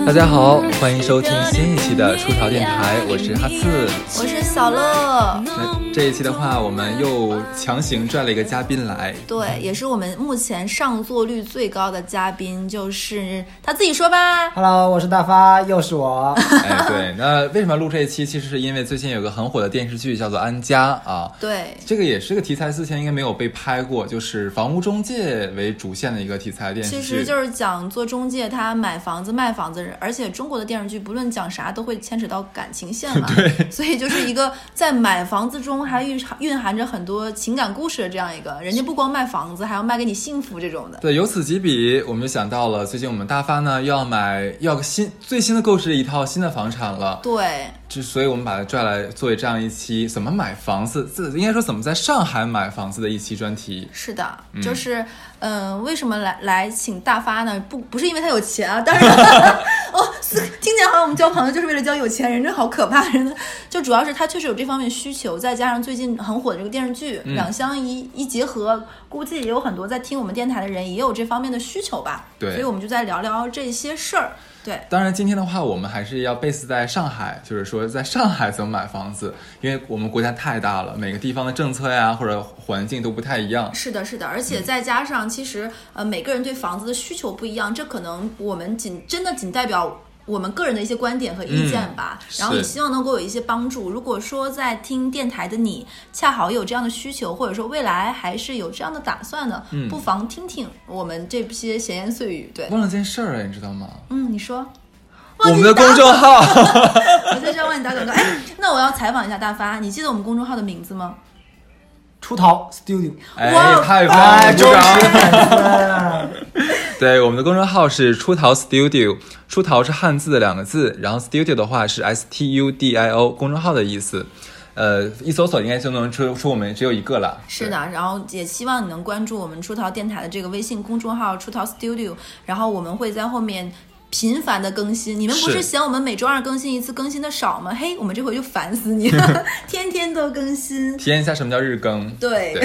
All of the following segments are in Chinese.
大家好，欢迎收听新一期的出逃电台，我是哈刺， 我是小乐。 那这一期的话，我们又强行拽了一个嘉宾来， 对，也是我们目前上座率最高的嘉宾，就是他自己说吧。 Hello， 我是大发，又是我。 哎，对，那为什么录这一期？其实是因为最近有个很火的电视剧叫做《安家》啊， 对， 这个也是个题材，之前应该没有被拍过，就是房屋中介为主线的一个题材电视剧。 其实就是讲做中介，他买房子卖房子，而且中国的电视剧不论讲啥都会牵扯到感情线嘛， 对， 所以就是一个在买房子中还蕴含着很多情感故事的这样一个，人家不光卖房子，还要卖给你幸福这种的。 对，由此及彼，我们就想到了最近我们大发呢要最新的购置一套新的房产了。 对， 所以我们把它拽来作为这样一期怎么买房子，应该说怎么在上海买房子的一期专题。 是的，就是为什么来请大发呢？不是因为他有钱啊，当然哦，听起来好像我们交朋友就是为了交有钱人，真好可怕，真的。就主要是他确实有这方面需求，再加上最近很火的这个电视剧，两相一结合，估计也有很多在听我们电台的人也有这方面的需求吧。 对， 所以我们就在聊聊这些事儿。对， 当然今天的话我们还是要 base 在上海，就是说在上海怎么买房子，因为我们国家太大了，每个地方的政策呀或者环境都不太一样。 是的，是的，而且再加上其实每个人对房子的需求不一样，这可能我们真的仅代表我们个人的一些观点和意见吧，然后也希望能够有一些帮助。如果说在听电台的你恰好有这样的需求，或者说未来还是有这样的打算的，不妨听听我们这些闲言碎语。对， 忘了件事儿，你知道吗？ 你说。 我们的公众号我就是要问你打广告。那我要采访一下大发，你记得我们公众号的名字吗？ 出逃 Studio。 哎，太棒了，鼓掌！对，我们的公众号是出逃 Studio， 出逃是汉字的2个字，然后 Studio 的话是 STUDIO， 公众号的意思。一搜索应该就能出我们只有一个了。 是的，然后也希望你能关注我们出逃电台的这个微信公众号出逃 Studio， 然后我们会在后面频繁的更新。你们不是嫌我们每周2更新一次更新的少吗？嘿，我们这回就烦死你了天天都更新， 体验一下什么叫日更。 对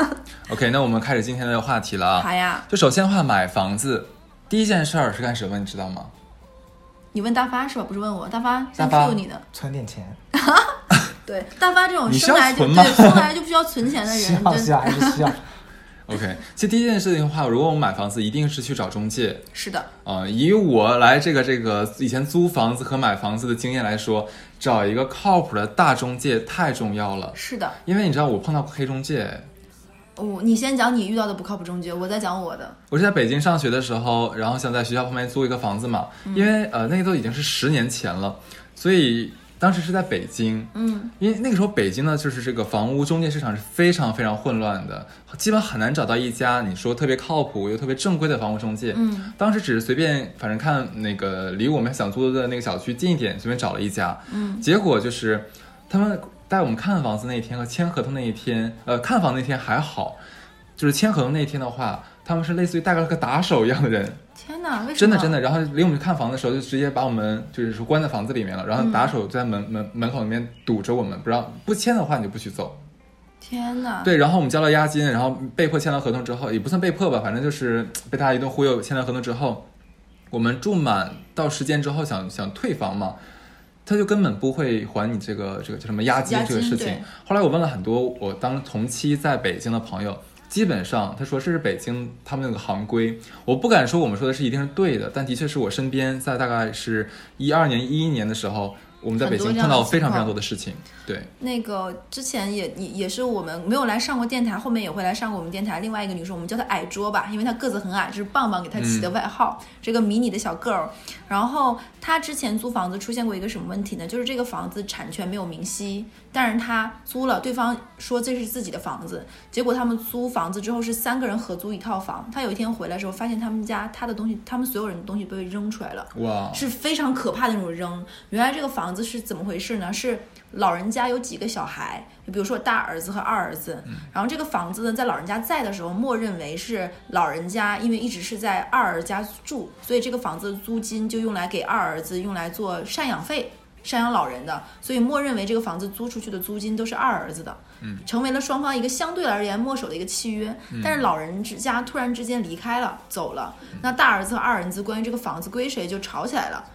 OK， 那我们开始今天的话题了啊。 好呀， 就首先的话，买房子第一件事儿是干什么你知道吗？ 你问大发是吧？不是问我，大发先 Q 你的。 存点钱对，大发这种生来就不需要存钱的人， 需要还是需要 OK， 其实第一件事情的话，如果我们买房子，一定是去找中介。 是的， 以我来这个以前租房子和买房子的经验来说，找一个靠谱的大中介太重要了。 是的， 因为你知道我碰到黑中介。 你先讲你遇到的不靠谱中介，我再讲我的。 我是在北京上学的时候，然后想在学校旁边租一个房子嘛，因为那个都已经是10年前了，所以当时是在北京，因为那个时候北京呢，就是这个房屋中介市场是非常非常混乱的，基本很难找到一家你说特别靠谱又特别正规的房屋中介。当时只是随便，反正看那个离我们想租的那个小区近一点，随便找了一家，结果就是他们带我们看房子那一天和签合同那一天，看房那天还好，就是签合同那一天的话，他们是类似于带了个打手一样的人。 天哪，为什么？ 真的，然后领我们去看房的时候，就直接把我们就是说关在房子里面了，然后打手在门口里面堵着我们，不签的话你就不许走。 天哪！ 对，然后我们交了押金，然后被迫签了合同之后，也不算被迫吧，反正就是被他一顿忽悠，签了合同之后，我们住满到时间之后想退房嘛，他就根本不会还你这个叫什么押金这个事情。后来我问了很多我当同期在北京的朋友，基本上他说这是北京他们那个行规，我不敢说我们说的是一定是对的，但的确是我身边在大概是12年11年的时候，我们在北京碰到非常非常多的事情。对， 那个之前也是我们没有来上过电台，后面也会来上过我们电台另外一个女生，我们叫她矮桌吧，因为她个子很矮，这是棒棒给她起的外号，这个迷你的小个儿。然后她之前租房子出现过一个什么问题呢？就是这个房子产权没有明晰，但是她租了，对方说这是自己的房子，结果他们租房子之后是3个人合租一套房。她有一天回来的时候，发现他们家她的东西，他们所有人的东西都被扔出来了， 哇， 是非常可怕的那种扔。原来这个房子是怎么回事呢？是老人家有几个小孩，比如说大儿子和二儿子，然后这个房子呢，在老人家在的时候，默认为是老人家，因为一直是在二儿家住，所以这个房子的租金就用来给二儿子用来做赡养费，赡养老人的，所以默认为这个房子租出去的租金都是二儿子的，成为了双方一个相对而言墨守的一个契约。但是老人家突然之间离开了，走了，那大儿子和二儿子关于这个房子归谁就吵起来了。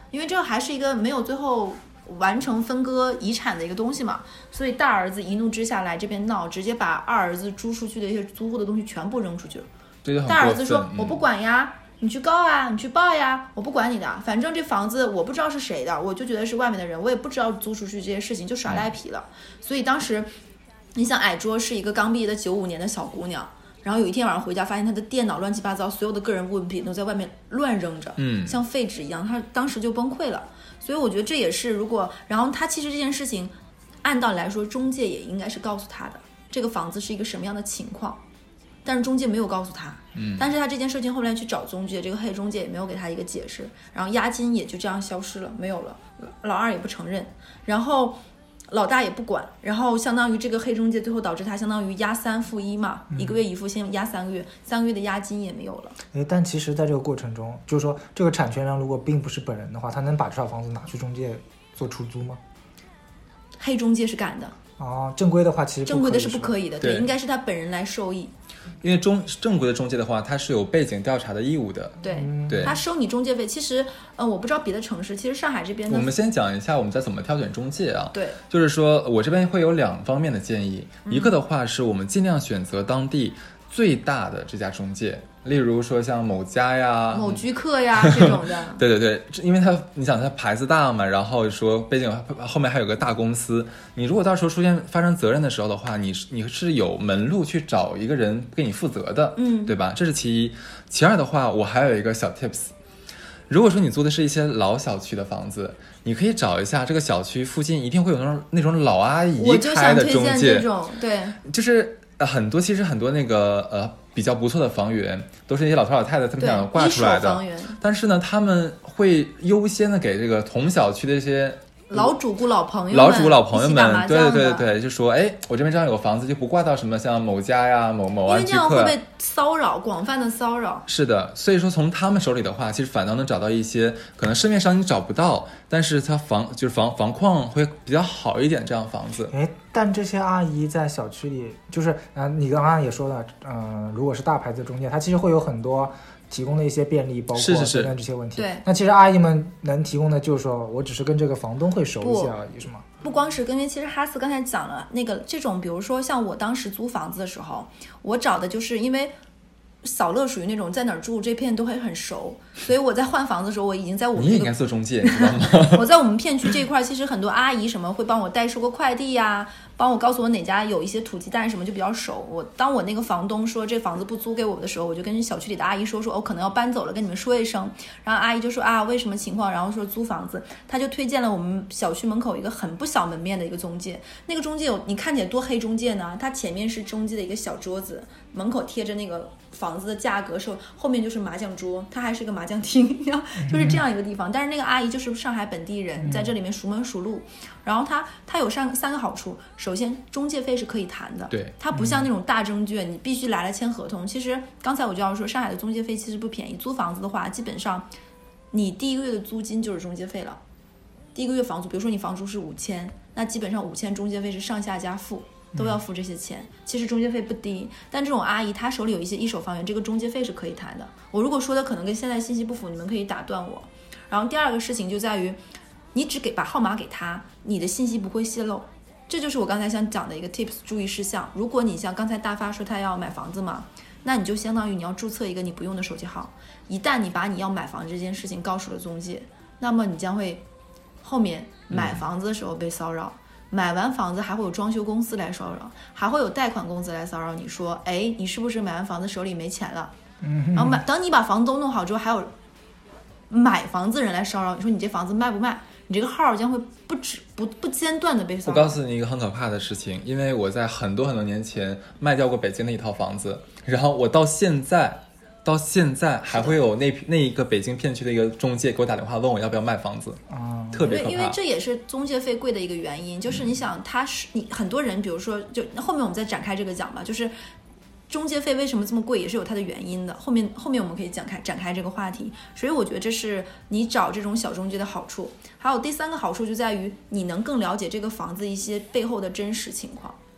因为这还是一个没有最后完成分割遗产的一个东西嘛，所以大儿子一怒之下来这边闹，直接把二儿子租出去的一些租户的东西全部扔出去了。 这就很过分。 大儿子说、我不管呀，你去告啊，你去报呀，我不管你的，反正这房子我不知道是谁的，我就觉得是外面的人，我也不知道租出去这些事情，就耍赖皮了。所以当时你想矮桌是一个刚毕业的95年的小姑娘，然后有一天晚上回家发现她的电脑乱七八糟，所有的个人物品都在外面乱扔着，像废纸一样，她当时就崩溃了。所以我觉得这也是然后她其实这件事情按道理来说中介也应该是告诉她的这个房子是一个什么样的情况，但是中介没有告诉他，但是他这件事情后来去找中介，这个黑中介也没有给他一个解释，然后押金也就这样消失了，没有了，老二也不承认，然后老大也不管，然后相当于这个黑中介最后导致他相当于押3付1嘛，1个月一付，先押3个月，3个月的押金也没有了。 但其实在这个过程中，就是说这个产权人如果并不是本人的话，他能把这套房子拿去中介做出租吗？ 黑中介是敢的。 正规的话其实正规的是不可以的， 对， 应该是他本人来受益。 因为正规的中介的话，它是有背景调查的义务的。 对，他收你中介费。其实，我不知道别的城市，其实上海这边的， 我们先讲一下我们在怎么挑选中介啊。 对， 就是说我这边会有2方面的建议，一个的话是我们尽量选择当地最大的这家中介，例如说像某家呀、 某居客呀这种的。 对对对，因为你想它牌子大嘛，然后说背景后面还有个大公司，你如果到时候发生责任的时候的话，你是有门路去找一个人给你负责的，对吧？这是其一。其二的话，我还有一个小 tips， 如果说你租的是一些老小区的房子，你可以找一下这个小区附近一定会有那种老阿姨开的中介， 我就想推荐这种，对， 就是其实很多那个比较不错的房源都是一些老头老太太他们想挂出来的，但是呢他们会优先的给这个同小区的一些老主顾老朋友们，对，就说我这边正好有个房子，就不挂到什么像某家呀、某安居客， 因为这样会被骚扰，广泛的骚扰。 是的，所以说从他们手里的话，其实反倒能找到一些可能市面上你找不到，但是它房况会比较好一点这样房子。 但这些阿姨在小区里，就是你刚刚也说了，如果是大牌子中介，它其实会有很多提供的一些便利，包括等等这些问题。 对， 那其实阿姨们能提供的就是说我只是跟这个房东会熟一些而已，是吗？ 不光是因为其实哈斯刚才讲了这种，比如说像我当时租房子的时候，我找的就是因为小乐属于那种在哪儿住这片都会很熟，所以我在换房子的时候，我已经在我们你也应该做中介，你知道吗？ 我在我们片区这一块，其实很多阿姨什么会帮我代收个快递呀，帮我告诉我哪家有一些土鸡蛋什么就比较熟。当我那个房东说这房子不租给我的时候，我就跟小区里的阿姨说我可能要搬走了，跟你们说一声。然后阿姨就说为什么情况？然后说租房子，他就推荐了我们小区门口一个很不小门面的一个中介。那个中介你看起来多黑中介呢？他前面是中介的一个小桌子，门口贴着那个房子的价格，后面就是麻将桌，它还是个麻将厅，就是这样一个地方。但是那个阿姨就是上海本地人，在这里面熟门熟路。然后它有3个好处，首先中介费是可以谈的， 对， 它不像那种大证券，你必须来了签合同。其实刚才我就要说，上海的中介费其实不便宜，租房子的话，基本上你第1个月的租金就是中介费了。第1个月房租，比如说你房租是5000，那基本上5000中介费是上下加付。都要付这些钱，其实中介费不低，但这种阿姨她手里有一些一手房源，这个中介费是可以谈的。我如果说的可能跟现在信息不符，你们可以打断我。然后第2个事情就在于，你只把号码给他，你的信息不会泄露，这就是我刚才想讲的一个 tips 注意事项。如果你像刚才大发说他要买房子嘛，那你就相当于你要注册一个你不用的手机号，一旦你把你要买房这件事情告诉了中介，那么你将会后面买房子的时候被骚扰。买完房子还会有装修公司来骚扰，还会有贷款公司来骚扰你说，你是不是买完房子手里没钱了？然后等你把房子都弄好之后，还有买房子人来骚扰你说你这房子卖不卖？你这个号将会不间断的被骚扰。 我告诉你一个很可怕的事情，因为我在很多年前卖掉过北京的一套房子，然后我到现在还会有那一个北京片区的一个中介给我打电话问我要不要卖房子，特别可怕。 因为这也是中介费贵的一个原因，就是你想你很多人，比如说就后面我们再展开这个讲吧，就是中介费为什么这么贵也是有它的原因的，后面我们可以展开这个话题。所以我觉得这是你找这种小中介的好处。还有第3个好处就在于你能更了解这个房子一些背后的真实情况。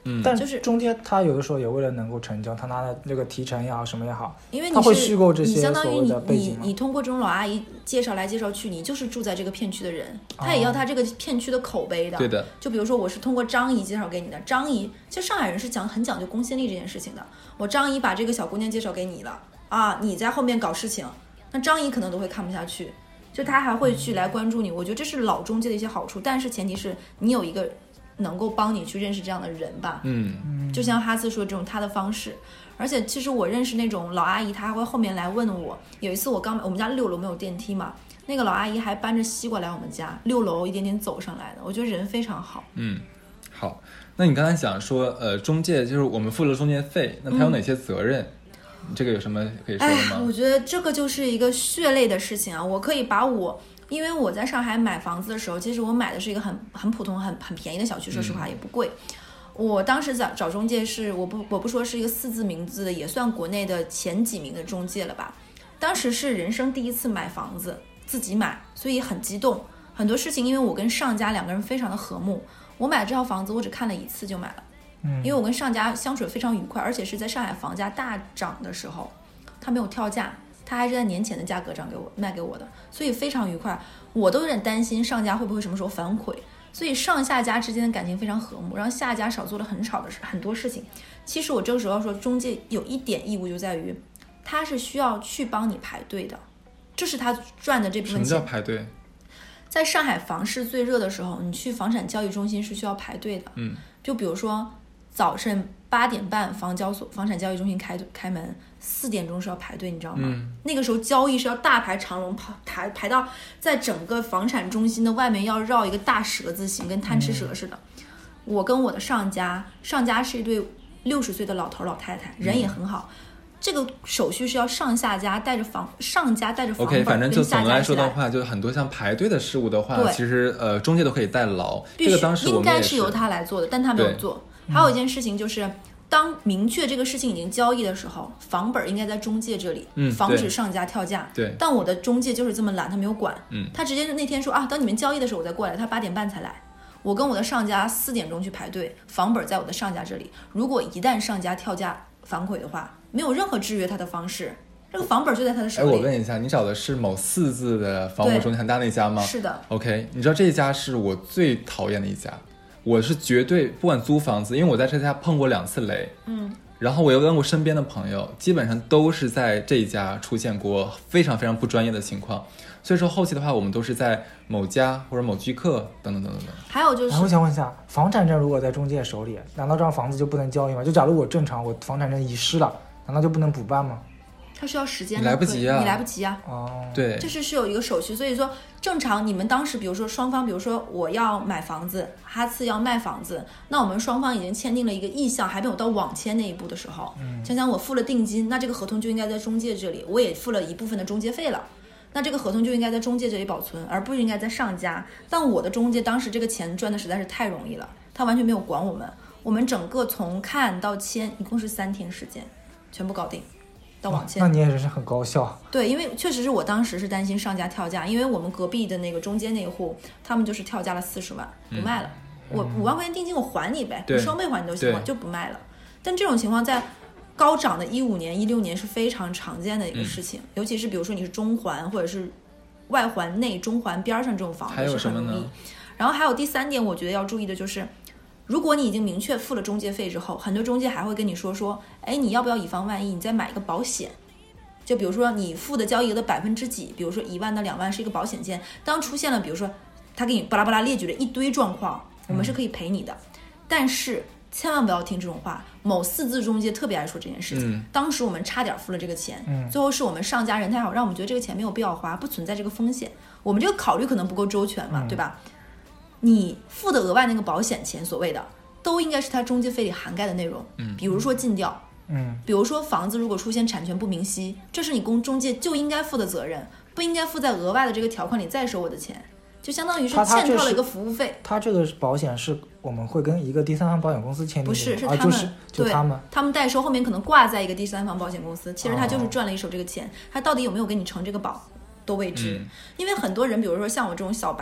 但就是中介他有的时候也为了能够成交，他拿的这个提成也好什么也好， 因为他会虚构这些相当于所谓的背景嘛。 你通过这种老阿姨介绍来介绍去，你就是住在这个片区的人，他也要他这个片区的口碑的。 对的。 就比如说我是通过张姨介绍给你的，张姨其实上海人是很讲究公信力这件事情的。我张姨把这个小姑娘介绍给你了啊，你在后面搞事情，那张姨可能都会看不下去，就他还会去来关注你。我觉得这是老中介的一些好处，但是前提是你有一个能够帮你去认识这样的人吧。就像哈斯说这种他的方式。而且其实我认识那种老阿姨，她还会后面来问我。有一次我们家6楼没有电梯嘛，那个老阿姨还搬着西瓜来我们家6楼一点点走上来的，我觉得人非常好。 好，那你刚才讲说中介就是我们付了中介费，那他有哪些责任？这个有什么可以说的吗？ 我觉得这个就是一个血泪的事情啊。我可以把因为我在上海买房子的时候，其实我买的是一个很普通很便宜的小区，说实话也不贵。我当时找中介是我不说是一个4字名字的，也算国内的前几名的中介了吧。当时是人生第一次买房子，自己买，所以很激动。很多事情因为我跟上家2个人非常的和睦，我买这套房子我只看了1次就买了。因为我跟上家相处非常愉快，而且是在上海房价大涨的时候，他没有跳价，他还是在年前的价格卖给我的，所以非常愉快。我都有点担心上家会不会什么时候反悔，所以上下家之间的感情非常和睦，然后下家少做了很多事情。其实我这个时候要说，中介有一点义务就在于，他是需要去帮你排队的，这是他赚的这部分钱。 什么叫排队？ 在上海房市最热的时候，你去房产交易中心是需要排队的。就比如说早晨8点半房产交易中心开门，4点钟是要排队，你知道吗？那个时候交易是要大排长龙，排到在整个房产中心的外面要绕一个大蛇字形，跟贪吃蛇似的。我跟我的上家是一对60岁的老头老太太，人也很好。这个手续是要上家带着房本 OK， 反正就总的来说的话，就很多像排队的事务的话，其实中介都可以代劳。这个当时我们应该是由他来做的，但他没有做。还有一件事情就是，当明确这个事情已经交易的时候，房本应该在中介这里，防止上家跳价。 对。 但我的中介就是这么懒，他没有管。他直接那天说啊，等你们交易的时候我再过来。他8点半才来，我跟我的上家4点钟去排队，房本在我的上家这里。如果一旦上家跳价反悔的话，没有任何制约他的方式，这个房本就在他的手里。 我问一下，你找的是某4字的房屋中介很大那家吗？ 是的。 OK， 你知道这一家是我最讨厌的一家。我是绝对不管租房子，因为我在这家碰过2次雷，然后我又问过身边的朋友，基本上都是在这一家出现过非常非常不专业的情况，所以说后期的话，我们都是在某家或者某居客等等等等。 还有就是， 我想问一下，房产证如果在中介手里，难道这样房子就不能交易吗？就假如我正常，我房产证遗失了，难道就不能补办吗？ 它需要时间的， 你来不及啊！ 你来不及啊！ 对， 这是有一个手续，所以说正常你们当时，比如说双方，比如说我要买房子，哈次要卖房子，那我们双方已经签订了一个意向，还没有到网签那一步的时候，想想我付了定金，那这个合同就应该在中介这里，我也付了一部分的中介费了，那这个合同就应该在中介这里保存，而不应该在上家。但我的中介当时这个钱赚的实在是太容易了，他完全没有管我们整个从看到签一共是3天时间，全部搞定。到网签。 那你也是很高效。 对，因为确实是我当时是担心上家跳价，因为我们隔壁的那个中间那一户，他们就是跳价了40万，不卖了。我5万块钱定金我还你呗，我双倍还你都行，就不卖了。但这种情况在高涨的15年、16年是非常常见的一个事情，尤其是比如说你是中环或者是外环内、中环边上这种房子是很容易。然后还有第3点，我觉得要注意的就是。如果你已经明确付了中介费之后，很多中介还会跟你说，哎，你要不要以防万一，你再买一个保险？就比如说你付的交易额的几%，比如说1万到2万是一个保险金。当出现了，比如说他给你巴拉巴拉列举了一堆状况，我们是可以赔你的。但是千万不要听这种话，某4字中介特别爱说这件事情。当时我们差点付了这个钱，最后是我们上家人太好，让我们觉得这个钱没有必要花，不存在这个风险。我们这个考虑可能不够周全嘛，对吧？你付的额外那个保险钱，所谓的都应该是它中介费里涵盖的内容，比如说尽调，比如说房子如果出现产权不明晰，这是你中介就应该负的责任，不应该附在额外的这个条款里再收我的钱，就相当于是欠套了一个服务费。 他这个保险是我们会跟一个第三方保险公司签订的， 不是，是他们， 对，他们代收后面可能挂在一个第三方保险公司，其实他就是赚了一手这个钱，他到底有没有给你承这个保都未知。因为很多人，比如说像我这种小白。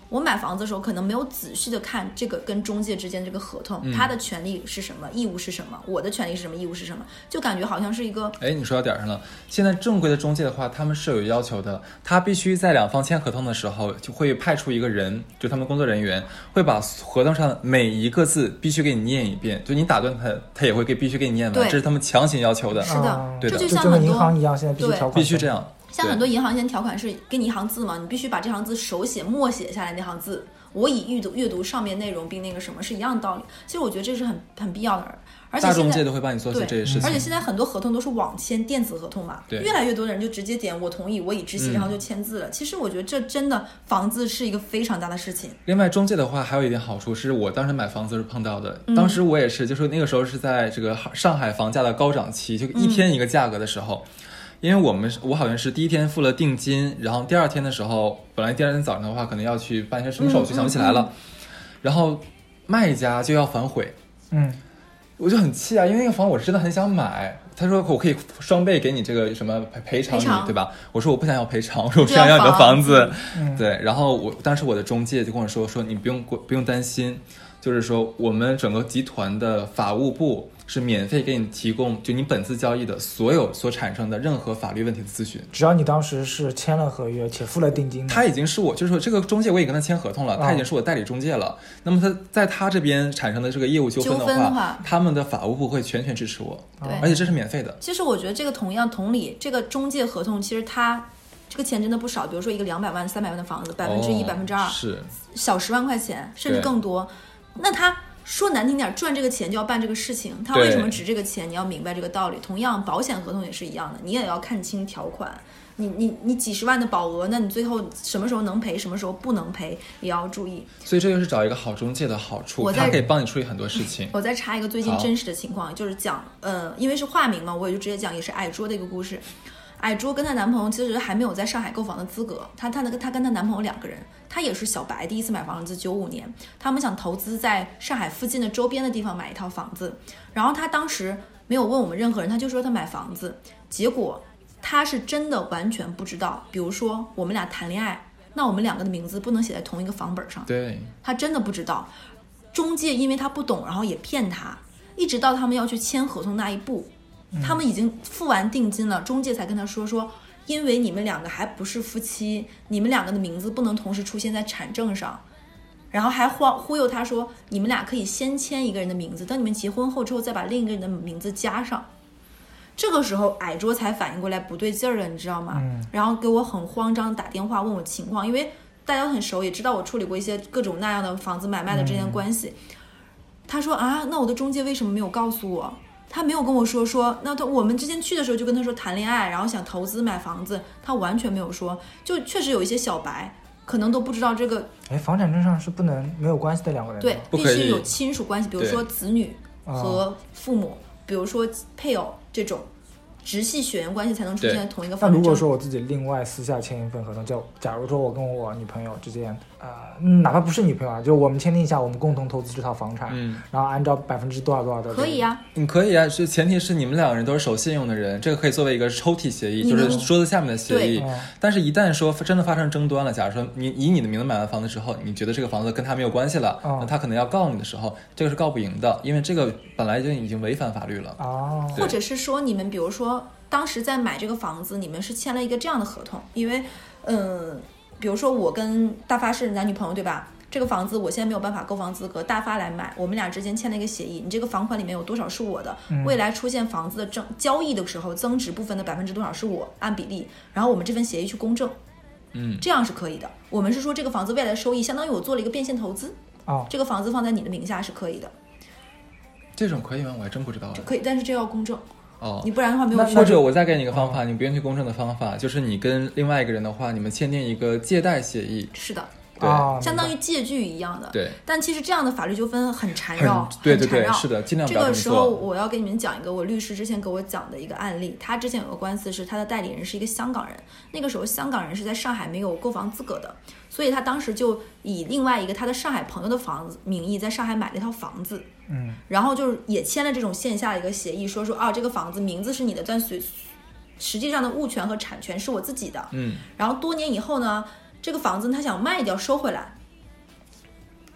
我买房子的时候可能没有仔细的看这个跟中介之间这个合同，他的权利是什么，义务是什么，我的权利是什么，义务是什么，就感觉好像是一个。 你说到点上了。现在正规的中介的话，他们是有要求的，他必须在两方签合同的时候，就会派出一个人，就他们工作人员会把合同上每一个字必须给你念一遍，就你打断他也会必须给你念完，这是他们强行要求的。 是的， 对的， 这就像很多银行一样，现在必须条款必须这样。 像很多银行现在条款是给你一行字嘛，你必须把这行字手写默写下来，那行字我以阅读上面内容并那个什么是一样的道理。其实我觉得这是很必要的，而且大中介都会帮你做这些事情。 而且现在很多合同都是网签电子合同嘛，越来越多的人就直接点我同意，我已知悉，然后就签字了。其实我觉得这真的房子是一个非常大的事情。 另外中介的话还有一点好处是我当时买房子是碰到的，当时我也是，就是那个时候是在这个上海房价的高涨期，就一天一个价格的时候。因为我好像是第一天付了定金，然后第二天的时候，本来第二天早上的话可能要去办一些什么手续，想不起来了，然后卖家就要反悔，我就很气啊，因为那个房我是真的很想买，他说我可以双倍给你这个什么赔偿你，对吧？我说我不想要赔偿，我说我只想要你的房子，对。然后当时我的中介就跟我说你不用担心，就是说我们整个集团的法务部是免费给你提供就你本次交易的所有所产生的任何法律问题的咨询， 只要你当时是签了合约且付了定金的。 他已经是我，就是说这个中介我也跟他签合同了，他已经是我代理中介了。那么他在他这边产生的这个业务纠纷的话，他们的法务部会全权支持我， 对， 而且这是免费的。 其实我觉得这个同理，这个中介合同其实它这个钱真的不少，比如说一个200万、300万的房子，1%、2%， 是小10万块钱，甚至更多。那他说难听点，赚这个钱就要办这个事情，他为什么值这个钱？你要明白这个道理。同样，保险合同也是一样的，你也要看清条款。你几十万的保额，那你最后什么时候能赔，什么时候不能赔，也要注意。 所以这就是找一个好中介的好处，他可以帮你处理很多事情。 我再插一个最近真实的情况，就是讲因为是化名嘛，我也就直接讲，也是矮桌的一个故事。矮桌跟她男朋友其实还没有在上海购房的资格，她跟她男朋友2个人，她也是小白，第一次买房子，95年，他们想投资在上海附近的周边的地方买一套房子，然后她当时没有问我们任何人，她就说她买房子，结果她是真的完全不知道，比如说我们俩谈恋爱，那我们2个的名字不能写在同一个房本上， 对， 她真的不知道，中介因为她不懂，然后也骗她，一直到他们要去签合同那一步。他们已经付完定金了，中介才跟他说，因为你们2个还不是夫妻，你们2个的名字不能同时出现在产证上，然后还忽悠他说，你们俩可以先签一个人的名字，等你们结婚后之后再把另一个人的名字加上。这个时候矮桌才反应过来不对劲儿了，你知道吗？然后给我很慌张打电话问我情况，因为大家都很熟，也知道我处理过一些各种那样的房子买卖的之间关系。他说那我的中介为什么没有告诉我？他没有跟我说，那我们之前去的时候就跟他说谈恋爱，然后想投资买房子，他完全没有说，就确实有一些小白可能都不知道这个。 房产证上是不能没有关系的2个人， 对，必须有亲属关系，比如说子女和父母，比如说配偶这种直系血缘关系才能出现在同一个房产证。 那如果说我自己另外私下签一份合同，就假如说我跟我女朋友之间哪怕不是女朋友啊，就我们签订一下，我们共同投资这套房产，然后按照多少的， 可以啊， 你可以啊，是前提是你们2个人都是守信用的人，这个可以作为一个抽屉协议，就是桌子下面的协议。但是一旦说真的发生争端了，假如说你以你的名字买完房子之后，你觉得这个房子跟他没有关系了，那他可能要告你的时候，这个是告不赢的，因为这个本来就已经违反法律了。 或者是说你们比如说当时在买这个房子，你们是签了一个这样的合同，因为比如说我跟大发是男女朋友对吧，这个房子我现在没有办法购房资格，大发来买，我们俩之间签了一个协议，你这个房款里面有多少是我的，未来出现房子的交易的时候增值部分的多少是我，按比例，然后我们这份协议去公证，这样是可以的。我们是说这个房子未来的收益相当于我做了一个变现投资，这个房子放在你的名下是可以的。 这种可以吗？我还真不知道。 可以，但是这要公证。你不然的话没有。 或者我再给你一个方法，你不愿意公证的方法，就是你跟另外一个人的话，你们签订一个借贷协议。 是的， 对， 相当于借据一样的。 对。 但其实这样的法律纠纷很缠绕， 对，是的，尽量不要这么做。 这个时候我要给你们讲一个我律师之前给我讲的一个案例，他之前有个官司是他的代理人是一个香港人，那个时候香港人是在上海没有购房资格的，所以他当时就以另外一个他的上海朋友的房子名义在上海买了一套房子。然后就是也签了这种线下的一个协议，说这个房子名字是你的，但实际上的物权和产权是我自己的。然后多年以后呢，这个房子他想卖掉收回来，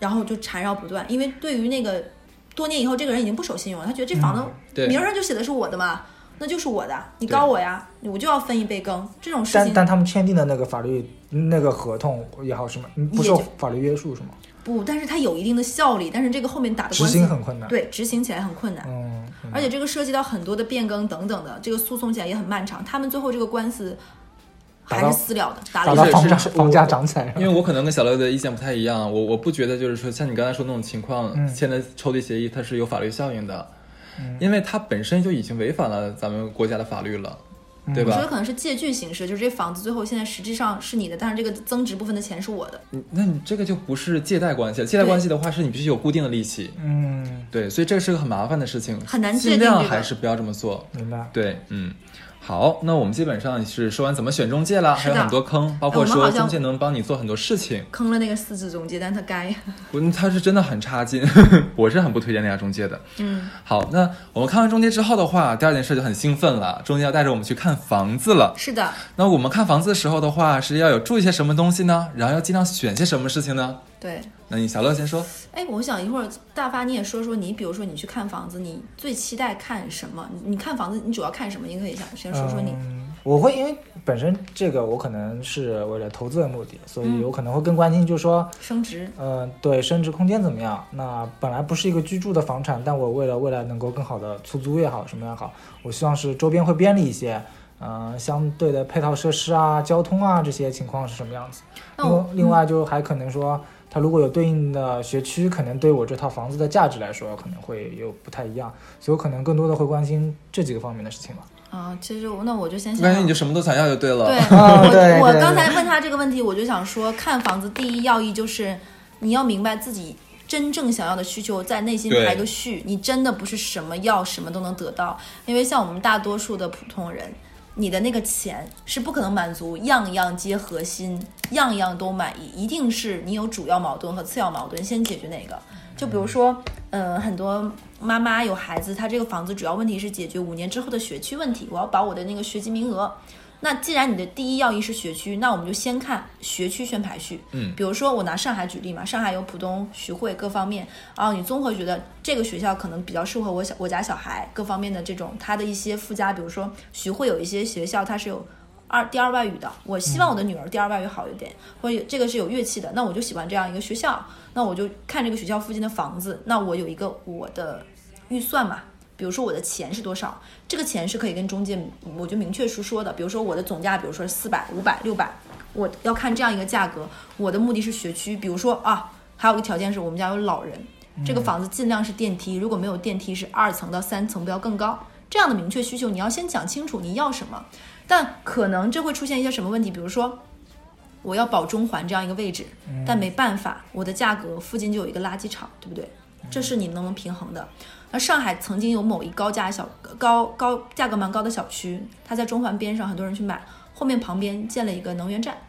然后就缠绕不断。因为对于那个多年以后这个人已经不守信用了，他觉得这房子名上就写的是我的嘛，那就是我的，你告我呀，我就要分一杯羹。这种事情， 但他们签订的那个法律那个合同也好，什么不受法律约束是吗？ 不，但是它有一定的效力，但是这个后面打的官司执行很困难， 对，执行起来很困难。而且这个涉及到很多的变更等等的，这个诉讼起来也很漫长。他们最后这个官司还是私了的，打到房价涨起来。 因为我可能跟小乐的意见不太一样，我不觉得就是说像你刚才说那种情况，签的抽离协议它是有法律效应的，因为它本身就已经违反了咱们国家的法律了。对吧？ 我觉得可能是借据形式，就是这房子最后现在实际上是你的，但是这个增值部分的钱是我的。 那你这个就不是借贷关系了。借贷关系的话，是你必须有固定的利息。对，所以这是个很麻烦的事情， 很难界定。 尽量还是不要这么做。 明白？ 对，好，那我们基本上是说完怎么选中介了，还有很多坑，包括说中介能帮你做很多事情。 坑了那个4字中介，但他该， 他是真的很差劲，我是很不推荐那家中介的。好，那我们看完中介之后的话，第二件事就很兴奋了，中介要带着我们去看房子了。 是的。 那我们看房子的时候的话，是要有注意些什么东西呢？然后要尽量选些什么事情呢？ 对， 那你小乐先说。 我想一会儿大发你也说说你，比如说你去看房子，你最期待看什么？你看房子你主要看什么？你可以先说说你。 我会因为本身这个我可能是为了投资的目的，所以我可能会更关心就是说升值。 对，升值空间怎么样？那本来不是一个居住的房产，但我为了未来能够更好的出租也好，什么也好，我希望是周边会便利一些。相对的配套设施啊、交通啊这些情况是什么样子？另外就还可能说，它如果有对应的学区，可能对我这套房子的价值来说可能会有不太一样，所以我可能更多的会关心这几个方面的事情吧。 其实那我就先想， 感觉你就什么都想要就对了。 对，我刚才问他这个问题，我就想说，看房子第一要义就是你要明白自己真正想要的需求，在内心排个序。你真的不是什么要什么都能得到，因为像我们大多数的普通人，你的那个钱是不可能满足样样皆核心，样样都满意，一定是你有主要矛盾和次要矛盾，先解决哪个。就比如说很多妈妈有孩子，她这个房子主要问题是解决5年之后的学区问题，我要保我的那个学籍名额。那既然你的第一要义是学区，那我们就先看学区先排序。比如说我拿上海举例嘛，上海有浦东、徐汇各方面，然后你综合觉得这个学校可能比较适合我家小孩各方面的这种它的一些附加，比如说徐汇有一些学校它是有第二外语的，我希望我的女儿第二外语好一点，或者这个是有乐器的，那我就喜欢这样一个学校，那我就看这个学校附近的房子，那我有一个我的预算嘛。比如说我的钱是多少，这个钱是可以跟中介我就明确说的。比如说我的总价，比如说400、500、600，我要看这样一个价格。我的目的是学区，比如说还有一个条件是我们家有老人，这个房子尽量是电梯，如果没有电梯是2层到3层，不要更高。这样的明确需求你要先讲清楚你要什么，但可能这会出现一些什么问题，比如说我要保中环这样一个位置，但没办法，我的价格附近就有一个垃圾场，对不对？这是你能不能平衡的。那上海曾经有某一价格蛮高的小区，它在中环边上，很多人去买，后面旁边建了一个能源站。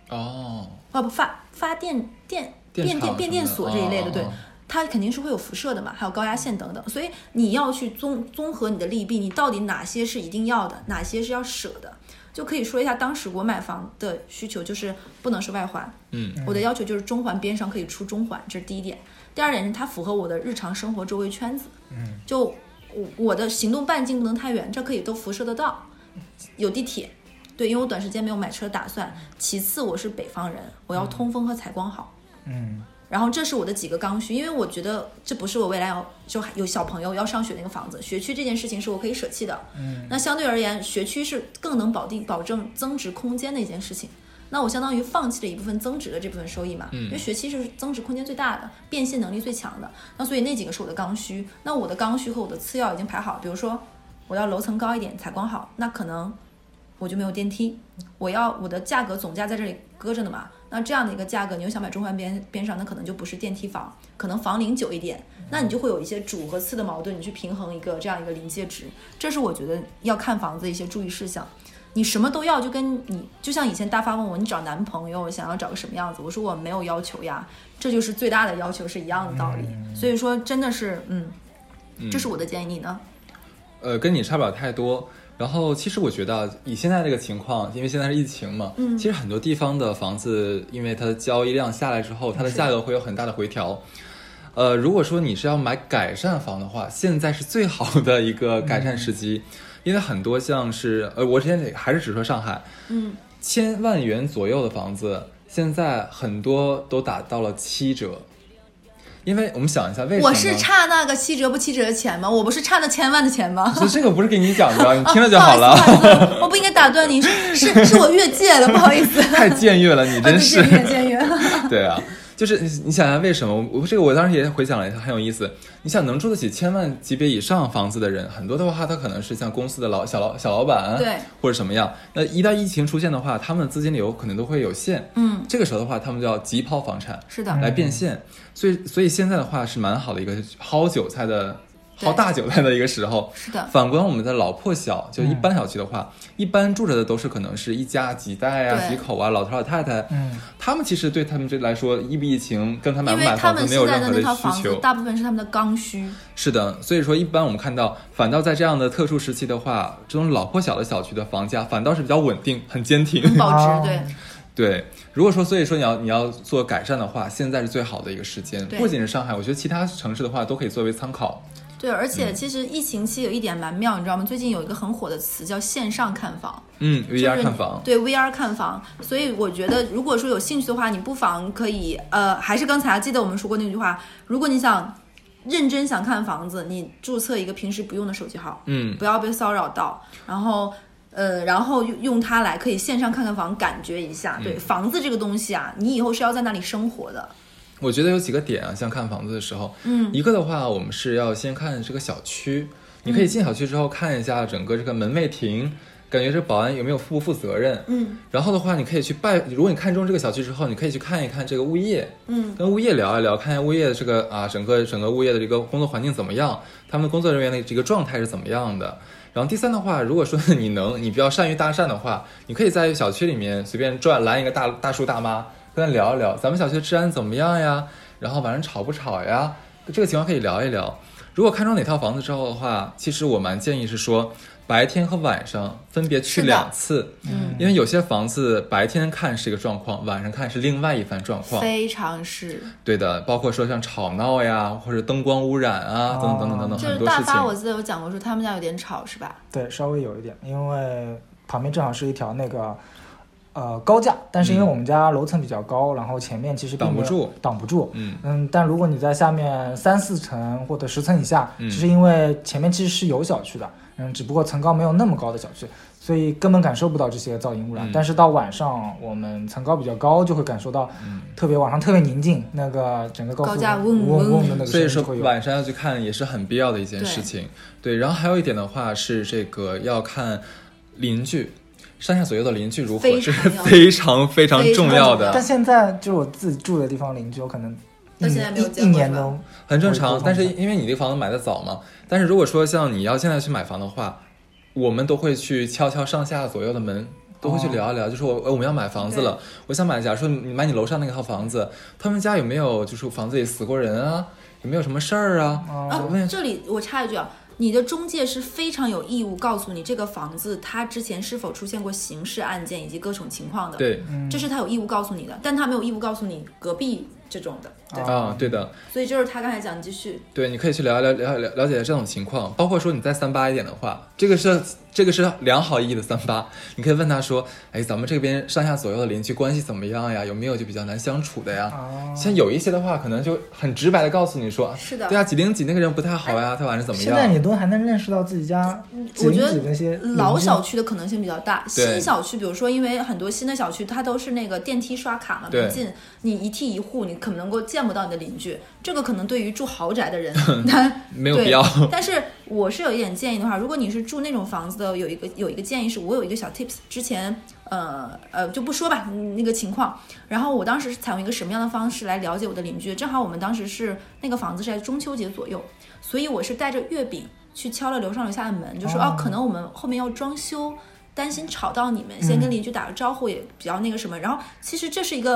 发电变电所这一类的，对，它肯定是会有辐射的嘛，还有高压线等等，所以你要去综合你的利弊，你到底哪些是一定要的，哪些是要舍的。就可以说一下当时我买房的需求，就是不能是外环，我的要求就是中环边上可以出中环，这是第一点。第二点是它符合我的日常生活周围圈子，就我的行动半径不能太远，这可以都辐射得到，有地铁，对，因为我短时间没有买车打算。其次我是北方人，我要通风和采光好，然后这是我的几个刚需，因为我觉得这不是我未来就有小朋友要上学那个房子，学区这件事情是我可以舍弃的。那相对而言，学区是更能保证增值空间的一件事情。那我相当于放弃了一部分增值的这部分收益嘛，因为学期是增值空间最大的，变现能力最强的。那所以那几个是我的刚需。那我的刚需和我的次要已经排好，比如说我要楼层高一点，采光好，那可能我就没有电梯，我的价格总价在这里搁着呢嘛。那这样的一个价格，你又想买中环边上，那可能就不是电梯房，可能房龄久一点，那你就会有一些主和次的矛盾，你去平衡这样一个临界值。这是我觉得要看房子的一些注意事项。你什么都要，就像以前大发问我你找男朋友想要找个什么样子，我说我没有要求呀，这就是最大的要求，是一样的道理。所以说真的是这是我的建议，你呢？ 跟你差不了太多。 然后其实我觉得以现在这个情况，因为现在是疫情嘛，其实很多地方的房子，因为它的交易量下来之后，它的价格会有很大的回调。如果说你是要买改善房的话，现在是最好的一个改善时机，因为很多像是我之前还是只说上海，1000万元左右的房子，现在很多都打到了7折。因为我们想一下，为什么我是差那个7折不7折的钱吗？我不是差那1000万的钱吗？ 所以这个不是给你讲的，你听了就好了。 我不应该打断你，是我越界了，不好意思。 太僭越了，你真是。 僭越。 对啊，就是你想想为什么？我当时也回想了一下，很有意思。你想能住得起1000万级别以上房子的人，很多的话，他可能是像公司的小老板， 对， 或者什么样。那一旦疫情出现的话，他们的资金流可能都会有限。这个时候的话，他们就要急抛房产， 是的， 来变现。所以现在的话是蛮好的一个薅大韭菜的一个时候。 是的。 反观我们的老破小，就一般小区的话，一般住着的都是可能是一家几代啊、几口啊、老头老太太。他们其实对他们这来说，疫不疫情跟他们买房子没有任何的需求。 大部分是他们的刚需。 是的，所以说一般我们看到，反倒在这样的特殊时期的话，这种老破小的小区的房价反倒是比较稳定、很坚挺、 很保值。对。 对，如果说所以说你要做改善的话，现在是最好的一个时间。不仅是上海，我觉得其他城市的话都可以作为参考。 对，而且其实疫情期有一点蛮妙，你知道吗？最近有一个很火的词叫线上看房。 VR 看房。 对 VR 看房，所以我觉得如果说有兴趣的话，你不妨可以还是刚才记得我们说过那句话，如果你想认真想看房子，你注册一个平时不用的手机号，不要被骚扰到，然后用它来可以线上看看房，感觉一下。对，房子这个东西啊，你以后是要在那里生活的。 我觉得有几个点啊，像看房子的时候，一个的话，我们是要先看这个小区，你可以进小区之后看一下整个这个门卫亭，感觉这保安有没有不负责任。然后的话，你可以去如果你看中这个小区之后，你可以去看一看这个物业，跟物业聊一聊，看一下物业的这个整个物业的这个工作环境怎么样，他们的工作人员的这个状态是怎么样的。然后第三的话，如果说你比较善于搭讪的话，你可以在小区里面随便拦一个大叔大妈，跟他聊一聊，咱们小区的治安怎么样呀？然后晚上吵不吵呀？这个情况可以聊一聊。如果看中哪套房子之后的话，其实我蛮建议是说，白天和晚上分别去2次，因为有些房子白天看是一个状况，晚上看是另外一番状况， 非常是对的，包括说像吵闹呀，或者灯光污染啊，等等等等等等， 就是大发我记得有讲过说他们家有点吵是吧？ 对，稍微有一点，因为旁边正好是一条那个高架，但是因为我们家楼层比较高，然后前面其实挡不住，但如果你在下面3、4层或者10层以下，其实因为前面其实是有小区的，只不过层高没有那么高的小区，所以根本感受不到这些噪音污染。但是到晚上我们层高比较高，就会感受到特别晚上特别宁静，那个整个高架嗡嗡的那个声音。 所以说晚上要去看也是很必要的一件事情。对，然后还有一点的话是这个要看邻居。上下左右的邻居如何，这是非常非常重要的。 但现在就是我自己住的地方，邻居有可能到现在没有一年都很正常。但是因为你这个房子买的早嘛，但是如果说像你要现在去买房的话，我们都会去敲上下左右的门，都会去聊一聊，就是我们要买房子了，我想买，假如说你买你楼上那套房子，他们家有没有就是房子里死过人啊，有没有什么事儿啊？ 这里我插一句啊。你的中介是非常有义务告诉你这个房子它之前是否出现过刑事案件以及各种情况的。 对， 这是他有义务告诉你的，但他没有义务告诉你隔壁这种的。 对的。 所以就是他刚才讲，你继续。 对，你可以去了解这种情况，包括说你再38一点的话，这个是良好意义的38，你可以问他说，咱们这边上下左右的邻居关系怎么样呀？有没有就比较难相处的呀？像有一些的话，可能就很直白的告诉你说， 是的， 对啊，几零几那个人不太好呀，他晚上怎么样？ 现在你都还能认识到自己家几零几那些。 老小区的可能性比较大，新小区，比如说因为很多新的小区它都是那个电梯刷卡嘛，门禁，你一梯一户，你可能够见不到你的邻居，这个可能对于住豪宅的人没有必要。 但是我是有一点建议的话，如果你是住那种房子的，有一个建议是，我有一个小 tips， 之前就不说吧那个情况，然后我当时是采用一个什么样的方式来了解我的邻居，正好我们当时是那个房子是在中秋节左右，所以我是带着月饼去敲了楼上楼下的门，就说可能我们后面要装修，担心吵到你们，先跟邻居打个招呼也比较那个什么。然后其实这是一个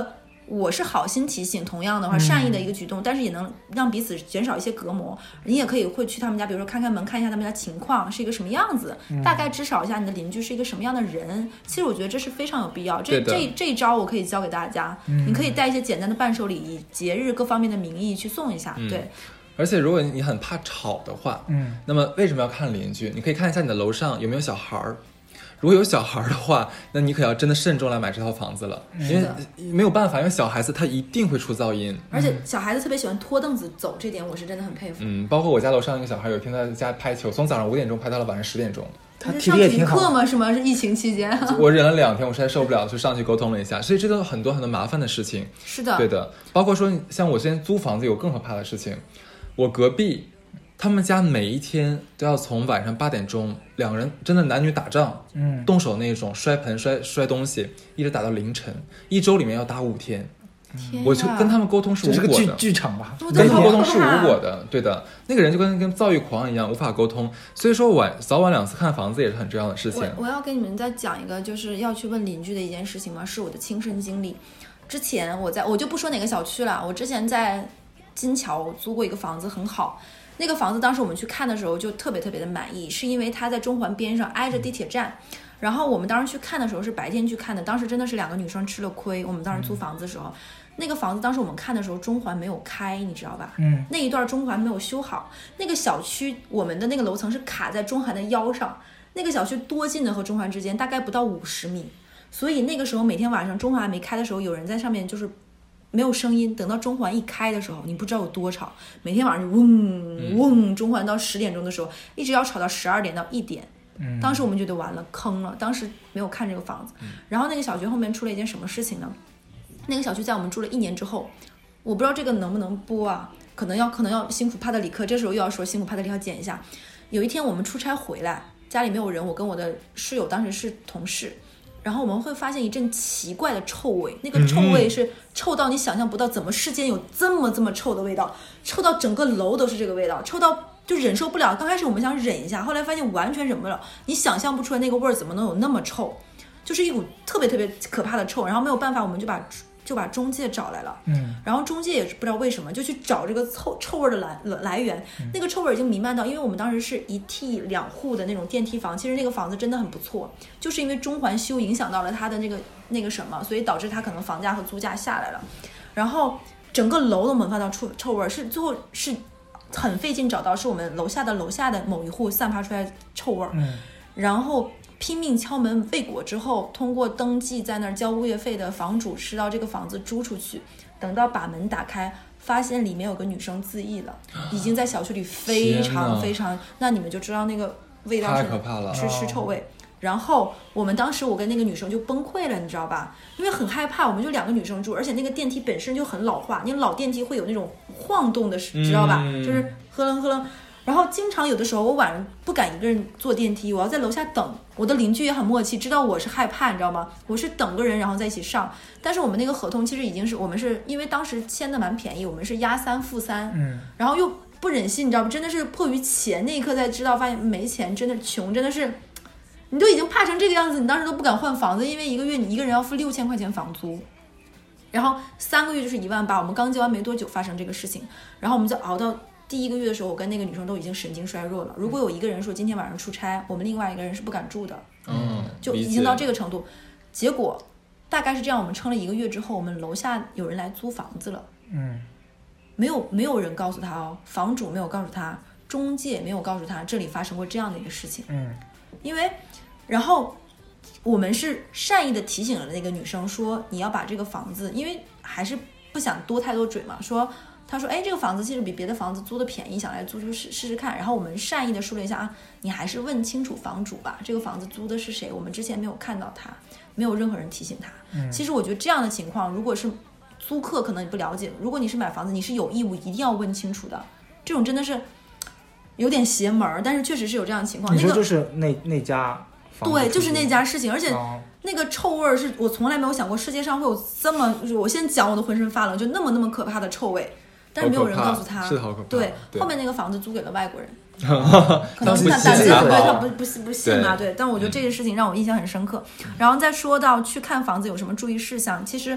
我是好心提醒，同样的话善意的一个举动，但是也能让彼此减少一些隔膜。你也可以会去他们家，比如说开开门，看一下他们家情况是一个什么样子，大概知晓一下你的邻居是一个什么样的人。其实我觉得这是非常有必要。这一招我可以教给大家，你可以带一些简单的伴手礼，以节日各方面的名义去送一下。对。 而且如果你很怕吵的话，那么为什么要看邻居？你可以看一下你的楼上有没有小孩儿。如果有小孩的话，那你可要真的慎重来买这套房子了，因为没有办法，因为小孩子他一定会出噪音， 而且小孩子特别喜欢拖凳子走，这点我是真的很佩服。 包括我家楼上一个小孩，有一天在家拍球，从早上5点钟拍到了晚上10点钟。 他体力也挺好。 上体育课吗？是吗？是疫情期间？ 我忍了2天，我实在受不了，就上去沟通了一下。所以这都有很多很多麻烦的事情。 是的， 对的。包括说，像我之前租房子有更可怕的事情，我隔壁。他们家每一天都要从晚上8点钟，2个人真的男女打仗，动手那种，摔盆摔东西，一直打到凌晨，1周里面要打5天。我就跟他们沟通是无果的， 这是个剧场吧？ 跟他们沟通是无果的，对的。那个人就跟躁郁狂一样，无法沟通。所以说早晚2次看房子也是很重要的事情。 我要跟你们再讲一个，就是要去问邻居的一件事情嘛，是我的亲身经历。之前我就不说哪个小区了，我之前在金桥租过一个房子，很好。那个房子当时我们去看的时候就特别特别的满意，是因为它在中环边上挨着地铁站。然后我们当时去看的时候是白天去看的，当时真的是2个女生吃了亏。我们当时租房子的时候，那个房子当时我们看的时候中环没有开，你知道吧？那一段中环没有修好。那个小区我们的那个楼层是卡在中环的腰上，那个小区多近的和中环之间大概不到50米，所以那个时候每天晚上中环还没开的时候，有人在上面就是没有声音，等到中环一开的时候，你不知道有多吵。每天晚上就嗡嗡，中环到10点钟的时候，一直要吵到12点到1点。当时我们觉得完了，坑了。当时没有看这个房子，然后那个小区后面出了一件什么事情呢？那个小区在我们住了1年之后，我不知道这个能不能播啊，可能要辛苦帕特里克，这时候又要说辛苦帕特里克剪一下。有一天我们出差回来，家里没有人，我跟我的室友当时是同事。然后我们会发现一阵奇怪的臭味，那个臭味是臭到你想象不到，怎么世间有这么臭的味道，臭到整个楼都是这个味道，臭到就忍受不了。刚开始我们想忍一下，后来发现完全忍不了，你想象不出来那个味儿怎么能有那么臭，就是一股特别特别可怕的臭。然后没有办法，我们就把中介找来了，然后中介也不知道为什么就去找这个臭味的来源。那个臭味已经弥漫到，因为我们当时是1梯2户的那种电梯房，其实那个房子真的很不错，就是因为中环修影响到了它的那个什么，所以导致它可能房价和租价下来了，然后整个楼都萌发到臭味，是最后是很费劲找到，是我们楼下的某一户散发出来的臭味，然后拼命敲门未果之后，通过登记在那儿交物业费的房主知道这个房子租出去，等到把门打开，发现里面有个女生自缢了，已经在小区里非常非常，那你们就知道那个味道是太可怕了， 是臭味。然后我跟那个女生就崩溃了，你知道吧？因为很害怕，我们就2个女生住，而且那个电梯本身就很老化，你老电梯会有那种晃动的，知道吧？就是呵楞呵楞。然后经常有的时候我晚上不敢一个人坐电梯，我要在楼下等。我的邻居也很默契，知道我是害怕，你知道吗？我是等个人然后再一起上。但是我们那个合同其实已经是我们是因为当时签的蛮便宜，我们是押3付3，然后又不忍心，你知道吗？真的是迫于钱，那一刻才知道发现没钱，真的穷，真的是你都已经怕成这个样子，你当时都不敢换房子，因为1个月你一个人要付6000块钱房租，然后3个月就是18000，我们刚结完没多久发生这个事情，然后我们就熬到第1个月的时候，我跟那个女生都已经神经衰弱了。如果有一个人说今天晚上出差，我们另外一个人是不敢住的，就已经到这个程度。结果大概是这样，我们撑了1个月之后，我们楼下有人来租房子了，没有人告诉他哦，房主没有告诉他，中介没有告诉他这里发生过这样的一个事情，因为然后我们是善意的提醒了那个女生说，你要把这个房子，因为还是不想多太多嘴嘛，他说，哎，这个房子其实比别的房子租的便宜，想来租试试看。然后我们善意的说了一下啊，你还是问清楚房主吧，这个房子租的是谁？我们之前没有看到他，没有任何人提醒他。其实我觉得这样的情况，如果是租客，可能你不了解；如果你是买房子，你是有义务一定要问清楚的。这种真的是有点邪门，但是确实是有这样的情况。 你说就是那家房子， 对，就是那家事情，而且那个臭味是我从来没有想过世界上会有这么，我先讲我都浑身发冷，就那么可怕的臭味。但是没有人告诉他， 是好可怕。 对，后面那个房子租给了外国人，可能是胆子对他不信嘛，对。但我觉得这个事情让我印象很深刻。然后再说到去看房子有什么注意事项，其实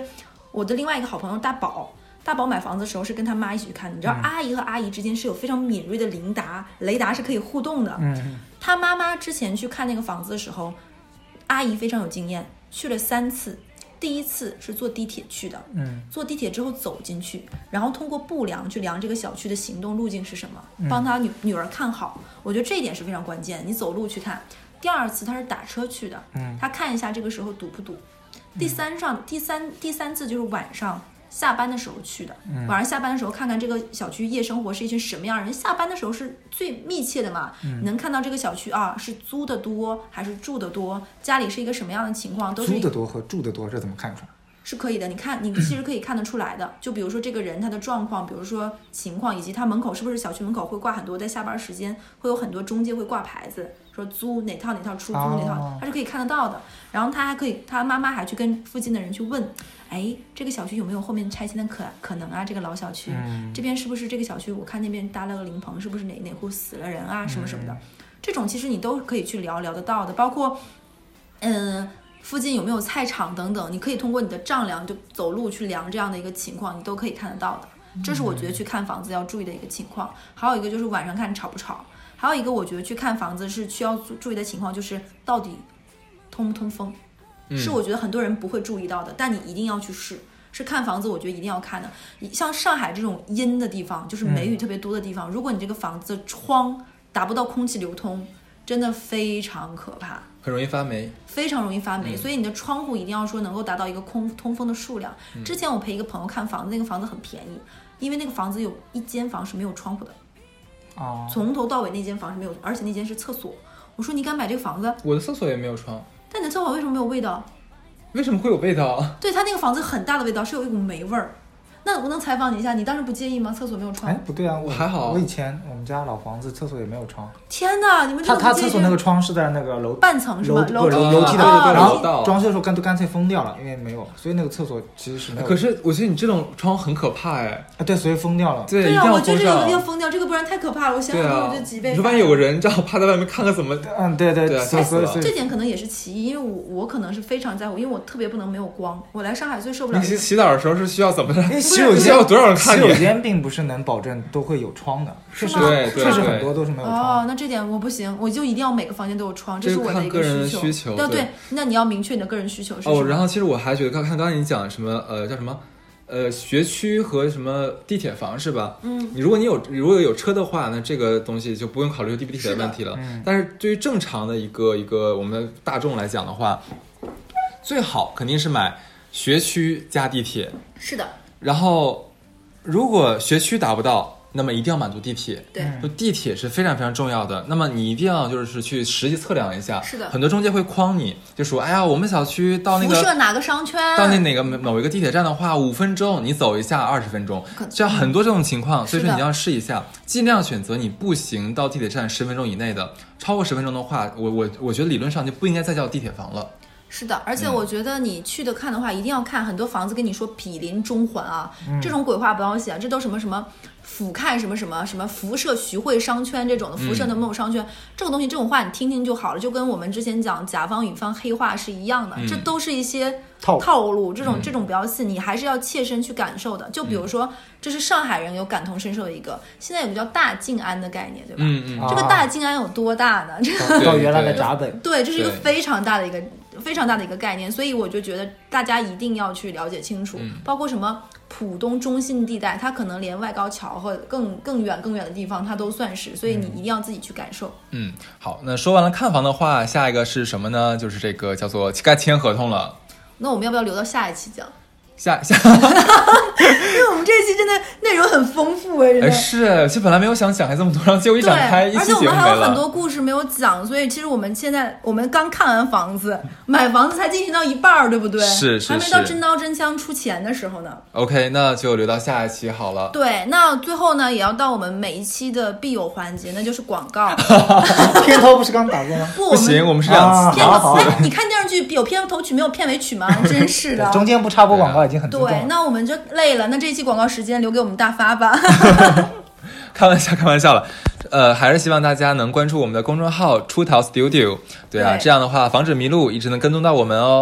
我的另外一个好朋友大宝买房子的时候是跟他妈一起去看，你知道阿姨和阿姨之间是有非常敏锐的雷达是可以互动的。他妈妈之前去看那个房子的时候，阿姨非常有经验，去了3次。第一次是坐地铁去的，坐地铁之后走进去，然后通过步量去量这个小区的行动路径是什么，帮他女儿看好。我觉得这一点是非常关键，你走路去看。第2次他是打车去的，他看一下这个时候堵不堵。第三次就是晚上下班的时候去的，晚上下班的时候看看这个小区夜生活是一群什么样的人。下班的时候是最密切的嘛，能看到这个小区啊是租的多还是住的多，家里是一个什么样的情况，都是租的多和住的多，这怎么看出来？ 是可以的，你其实可以看得出来的。就比如说这个人他的状况，比如说情况，以及他门口是不是小区门口会挂很多，在下班时间会有很多中介会挂牌子，说租哪套出租哪套，他是可以看得到的。然后他妈妈还去跟附近的人去问，哎，这个小区有没有后面拆迁的可能啊？这个老小区，这边是不是这个小区？我看那边搭了个灵棚，是不是哪户死了人啊？什么什么的，这种其实你都可以去聊得到的。包括附近有没有菜场等等，你可以通过你的丈量就走路去量这样的一个情况，你都可以看得到的。这是我觉得去看房子要注意的一个情况。还有一个就是晚上看吵不吵，还有一个我觉得去看房子是需要注意的情况，就是到底通不通风，是我觉得很多人不会注意到的，但你一定要去试。是看房子我觉得一定要看的。像上海这种阴的地方，就是梅雨特别多的地方，如果你这个房子窗达不到空气流通，真的非常可怕， 很容易发霉， 非常容易发霉。所以你的窗户一定要说能够达到一个通风的数量。之前我陪一个朋友看房子，那个房子很便宜，因为那个房子有1间房是没有窗户的，从头到尾那间房是没有，而且那间是厕所。我说你敢买这个房子？ 我的厕所也没有窗。 但你的厕所为什么没有味道？ 为什么会有味道？ 对，他那个房子很大的味道，是有一股霉味儿。那我能采访你一下，你当时不介意吗？厕所没有窗？ 哎，不对啊， 我还好。 我以前我们家老房子厕所也没有窗。 天哪，你们这他厕所那个窗是在那个半层是吧？ 楼梯的，然后装修的时候干脆封掉了，因为没有，所以那个厕所其实是没有。 可是我觉得你这种窗很可怕哎。 对，所以封掉了。 对啊，我觉得这个一定要封掉，这个不然太可怕了。我想想我就脊背。 你说万一有个人正好趴在外面看看怎么？ 对， 所以这点可能也是其一，因为我可能是非常在乎，因为我特别不能没有光。我来上海最受不了。 你洗澡的时候是需要怎么的？ 因为洗手间有多少人看你？ 洗手间并不是能保证都会有窗的，确实很多都是没有窗。 那这点我不行，我就一定要每个房间都有窗，这是我的一个需求。 对，那你要明确你的个人需求是什么。 然后其实我还觉得，看刚才你讲什么叫什么学区和什么地铁房是吧？如果有车的话，那这个东西就不用考虑地不地铁的问题了。但是对于正常的一个我们大众来讲的话，最好肯定是买学区加地铁。 是的。 然后，如果学区达不到，那么一定要满足地铁。 对， 就地铁是非常非常重要的。那么你一定要就是去实际测量一下。 是的。很多中介会诓你，就说哎呀，我们小区到那个辐射哪个商圈， 到哪个某一个地铁站的话，5分钟，你走一下20分钟，这样很多这种情况。所以说你要试一下，尽量选择你步行到地铁站10分钟以内的。超过10分钟的话，我觉得理论上就不应该再叫地铁房了。 是的，而且我觉得你去的看的话，一定要看很多房子跟你说毗邻中环啊，这种鬼话不要写，这都什么俯瞰什么辐射徐汇商圈这种的，辐射的某种商圈，这个东西这种话你听听就好了，就跟我们之前讲甲方乙方黑话是一样的，这都是一些套路，这种不要信，你还是要切身去感受的。就比如说，这是上海人有感同身受的一个，现在有个叫大静安的概念，对吧？这个大静安有多大呢？这个到原来的闸北， 对，这是一个非常大的一个概念，所以我就觉得大家一定要去了解清楚，包括什么浦东中心地带，它可能连外高桥和更远的地方它都算是，所以你一定要自己去感受。 好，那说完了看房的话，下一个是什么呢？就是这个叫做该签合同了。 那我们要不要留到下一期讲？ 下因为我们这一期真的内容很丰富是，其实本来没有想讲还这么多，然后结果一展开一期节目没了。而且我们还有很多故事没有讲，所以其实我们刚看完房子，买房子才进行到一半，对不对？ 是， 还没到真刀真枪出钱的时候呢。 OK， 那就留到下一期好了。 对，那最后呢，也要到我们每一期的必有环节，那就是广告。 片头不是刚打过吗？ 不行，我们是2期。 你看电视剧有片头曲没有片尾曲吗？真是的， 中间不插播广告已经很重要了。 对，那我们就累了，那这一期广告时间留给我们大发吧。 开玩笑了，还是希望大家能关注我们的公众号出逃 Studio， 对啊，这样的话防止迷路，一直能跟踪到我们哦。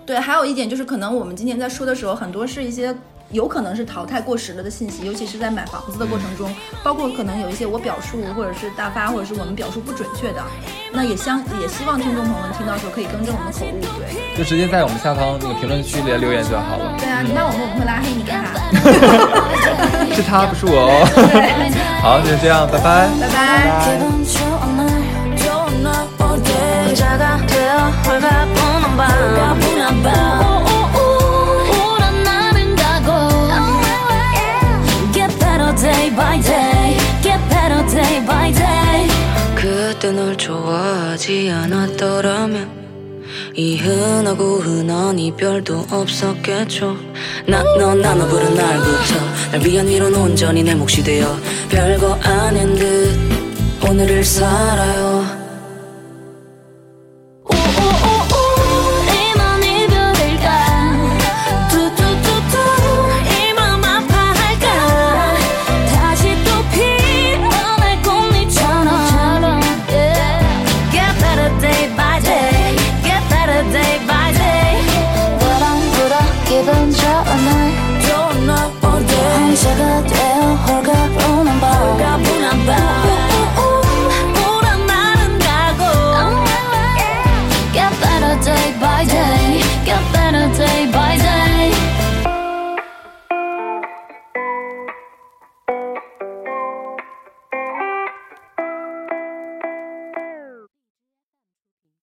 对，还有一点就是可能我们今天在说的时候，很多是一些有可能是淘汰过时了的信息，尤其是在买房子的过程中，包括可能有一些我表述或者是大发或者是我们表述不准确的，那也希望听众朋友们听到的时候可以更正我们的口误，对， 就直接在我们下方那个评论区里留言就好了。 对啊，你骂我们会拉黑你干啥？ 是他不是我哦。好，就这样，拜拜， 拜拜。 Day by day, get better day by day. 그때 널 좋아하지 않았더라면 이 흔하고 흔한 이별도 없었겠죠. 난 너부른 날부터 날 위한 위로는 온전히 내 몫이 되어 별거 아닌 듯 오늘을 살아요.